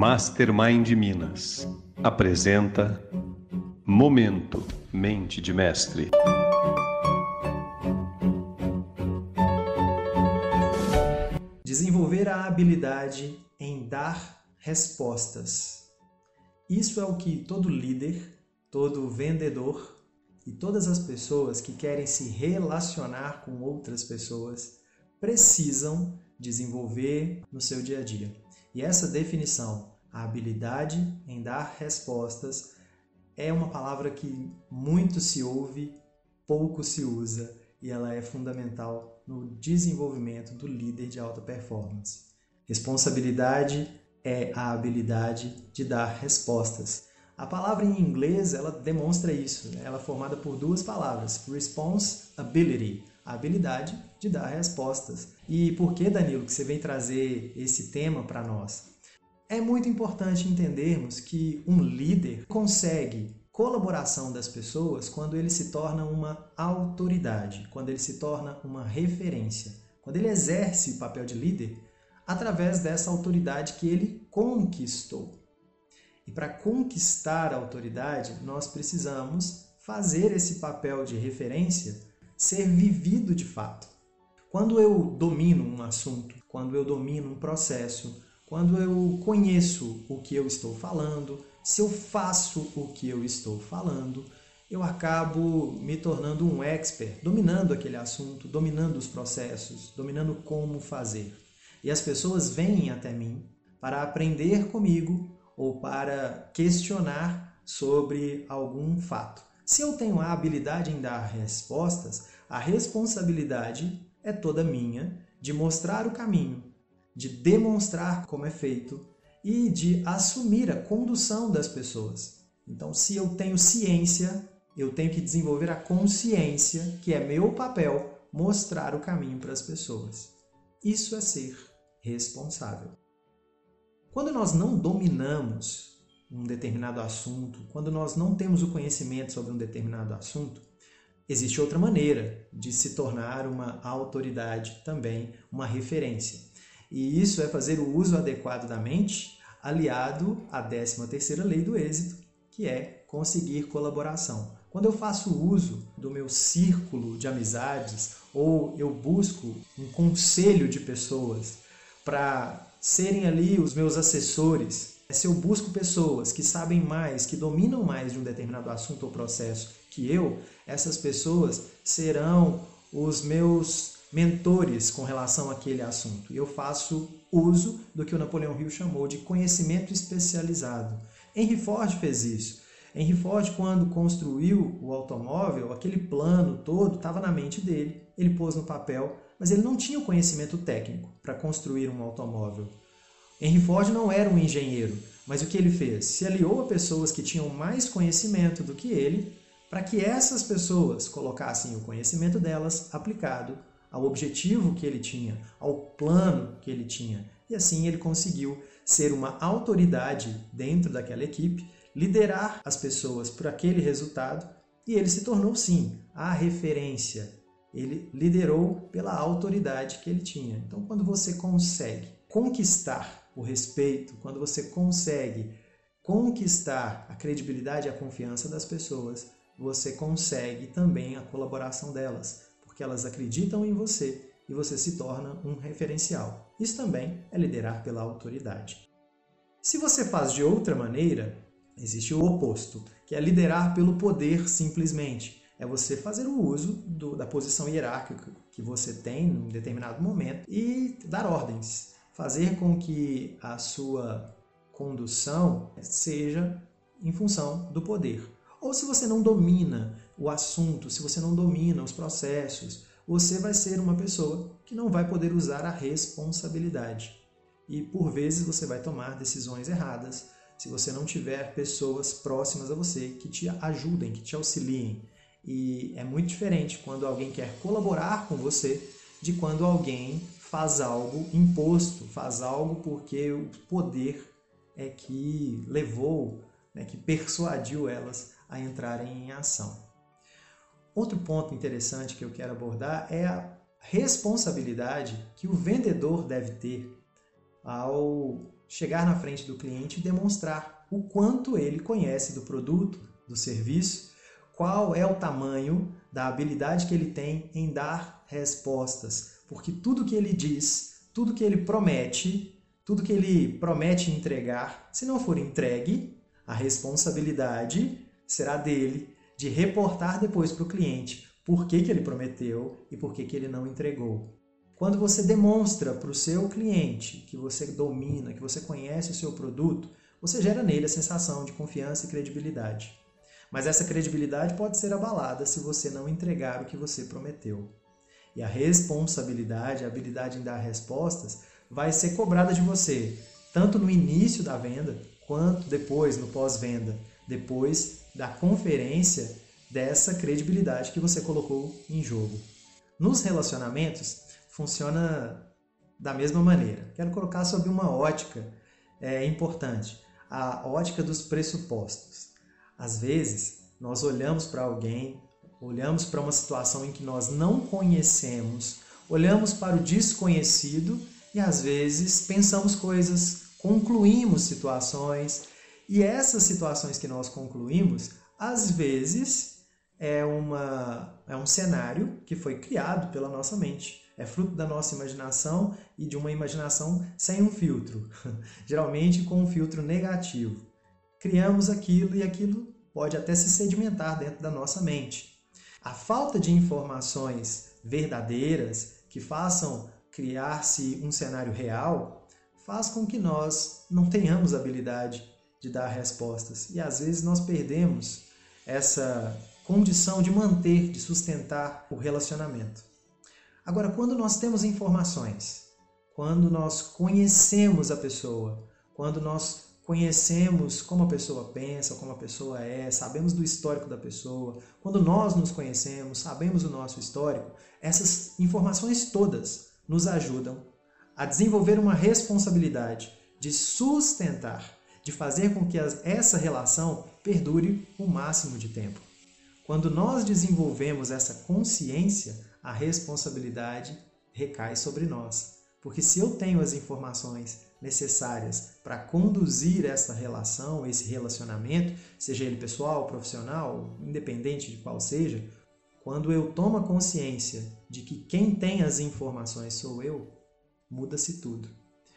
Mastermind Minas apresenta Momento Mente de Mestre. Desenvolver a habilidade em dar respostas. Isso é o que todo líder, todo vendedor e todas as pessoas que querem se relacionar com outras pessoas precisam desenvolver no seu dia a dia. E essa definição, a habilidade em dar respostas, é uma palavra que muito se ouve, pouco se usa, e ela é fundamental no desenvolvimento do líder de alta performance. Responsabilidade é a habilidade de dar respostas. A palavra em inglês, ela demonstra isso, né? Ela é formada por duas palavras, responsibility, a habilidade de dar respostas. E por que, Danilo, que você vem trazer esse tema para nós? É muito importante entendermos que um líder consegue colaboração das pessoas quando ele se torna uma autoridade, quando ele se torna uma referência, quando ele exerce o papel de líder através dessa autoridade que ele conquistou. E para conquistar a autoridade, nós precisamos fazer esse papel de referência ser vivido de fato. Quando eu domino um assunto, quando eu domino um processo, quando eu conheço o que eu estou falando, se eu faço o que eu estou falando, eu acabo me tornando um expert, dominando aquele assunto, dominando os processos, dominando como fazer. E as pessoas vêm até mim para aprender comigo ou para questionar sobre algum fato. Se eu tenho a habilidade em dar respostas, a responsabilidade é toda minha de mostrar o caminho, de demonstrar como é feito e de assumir a condução das pessoas. Então, se eu tenho ciência, eu tenho que desenvolver a consciência, que é meu papel, mostrar o caminho para as pessoas. Isso é ser responsável. Quando nós não dominamos um determinado assunto, quando nós não temos o conhecimento sobre um determinado assunto, existe outra maneira de se tornar uma autoridade também, uma referência. E isso é fazer o uso adequado da mente, aliado à 13ª lei do êxito, que é conseguir colaboração. Quando eu faço uso do meu círculo de amizades ou eu busco um conselho de pessoas para serem ali os meus assessores, se eu busco pessoas que sabem mais, que dominam mais de um determinado assunto ou processo que eu, essas pessoas serão os meus mentores com relação àquele assunto. E eu faço uso do que o Napoleão Hill chamou de conhecimento especializado. Henry Ford fez isso. Henry Ford, quando construiu o automóvel, aquele plano todo estava na mente dele, ele pôs no papel, mas ele não tinha o conhecimento técnico para construir um automóvel. Henry Ford não era um engenheiro, mas o que ele fez? Se aliou a pessoas que tinham mais conhecimento do que ele, para que essas pessoas colocassem o conhecimento delas aplicado ao objetivo que ele tinha, ao plano que ele tinha. E assim ele conseguiu ser uma autoridade dentro daquela equipe, liderar as pessoas por aquele resultado e ele se tornou, sim, a referência. Ele liderou pela autoridade que ele tinha. Então, quando você consegue conquistar o respeito, quando você consegue conquistar a credibilidade e a confiança das pessoas, você consegue também a colaboração delas, porque elas acreditam em você e você se torna um referencial. Isso também é liderar pela autoridade. Se você faz de outra maneira, existe o oposto, que é liderar pelo poder simplesmente. É você fazer o uso da posição hierárquica que você tem em um determinado momento e dar ordens. Fazer com que a sua condução seja em função do poder. Ou se você não domina o assunto, se você não domina os processos, você vai ser uma pessoa que não vai poder usar a responsabilidade. E por vezes você vai tomar decisões erradas se você não tiver pessoas próximas a você que te ajudem, que te auxiliem. E é muito diferente quando alguém quer colaborar com você de quando alguém faz algo imposto, faz algo porque o poder é que levou, que persuadiu elas a entrarem em ação. Outro ponto interessante que eu quero abordar é a responsabilidade que o vendedor deve ter ao chegar na frente do cliente e demonstrar o quanto ele conhece do produto, do serviço, qual é o tamanho da habilidade que ele tem em dar respostas. Porque tudo que ele diz, tudo que ele promete entregar, se não for entregue, a responsabilidade será dele de reportar depois para o cliente por que ele prometeu e por que ele não entregou. Quando você demonstra para o seu cliente que você domina, que você conhece o seu produto, você gera nele a sensação de confiança e credibilidade. Mas essa credibilidade pode ser abalada se você não entregar o que você prometeu. E a responsabilidade, a habilidade em dar respostas, vai ser cobrada de você, tanto no início da venda, quanto depois, no pós-venda, depois da conferência dessa credibilidade que você colocou em jogo. Nos relacionamentos, funciona da mesma maneira. Quero colocar sob uma ótica importante, a ótica dos pressupostos. Às vezes, nós olhamos para alguém, olhamos para uma situação em que nós não conhecemos, olhamos para o desconhecido e às vezes pensamos coisas, concluímos situações, e essas situações que nós concluímos, às vezes é um cenário que foi criado pela nossa mente. É fruto da nossa imaginação e de uma imaginação sem um filtro, geralmente com um filtro negativo. Criamos aquilo e aquilo pode até se sedimentar dentro da nossa mente. A falta de informações verdadeiras que façam criar-se um cenário real faz com que nós não tenhamos habilidade de dar respostas. E às vezes nós perdemos essa condição de manter, de sustentar o relacionamento. Agora, quando nós temos informações, quando nós conhecemos a pessoa, quando nós conhecemos como a pessoa pensa, como a pessoa é, sabemos do histórico da pessoa, quando nós nos conhecemos, sabemos o nosso histórico, essas informações todas nos ajudam a desenvolver uma responsabilidade de sustentar, de fazer com que essa relação perdure o máximo de tempo. Quando nós desenvolvemos essa consciência, a responsabilidade recai sobre nós. Porque se eu tenho as informações necessárias para conduzir essa relação, esse relacionamento, seja ele pessoal, profissional, independente de qual seja, quando eu tomo a consciência de que quem tem as informações sou eu, muda-se tudo.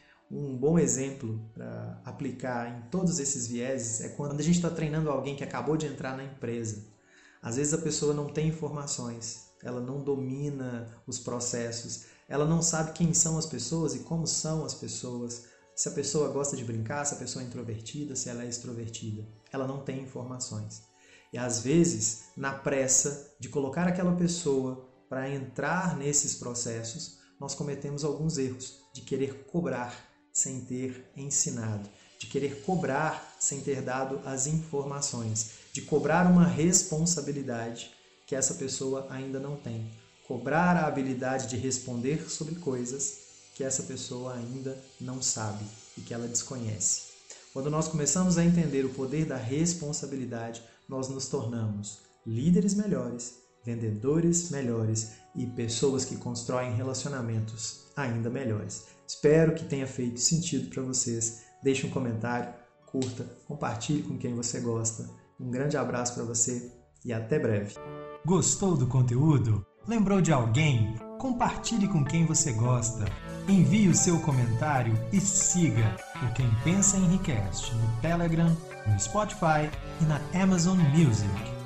Um bom exemplo para aplicar em todos esses vieses é quando a gente está treinando alguém que acabou de entrar na empresa. Às vezes a pessoa não tem informações, ela não domina os processos, ela não sabe quem são as pessoas e como são as pessoas, se a pessoa gosta de brincar, se a pessoa é introvertida, se ela é extrovertida. Ela não tem informações. E às vezes, na pressa de colocar aquela pessoa para entrar nesses processos, nós cometemos alguns erros de querer cobrar sem ter ensinado, de querer cobrar sem ter dado as informações, de cobrar uma responsabilidade que essa pessoa ainda não tem. Cobrar a habilidade de responder sobre coisas que essa pessoa ainda não sabe e que ela desconhece. Quando nós começamos a entender o poder da responsabilidade, nós nos tornamos líderes melhores, vendedores melhores e pessoas que constroem relacionamentos ainda melhores. Espero que tenha feito sentido para vocês. Deixe um comentário, curta, compartilhe com quem você gosta. Um grande abraço para você e até breve. Gostou do conteúdo? Lembrou de alguém? Compartilhe com quem você gosta. Envie o seu comentário e siga o Quem Pensa Enriquece no Telegram, no Spotify e na Amazon Music.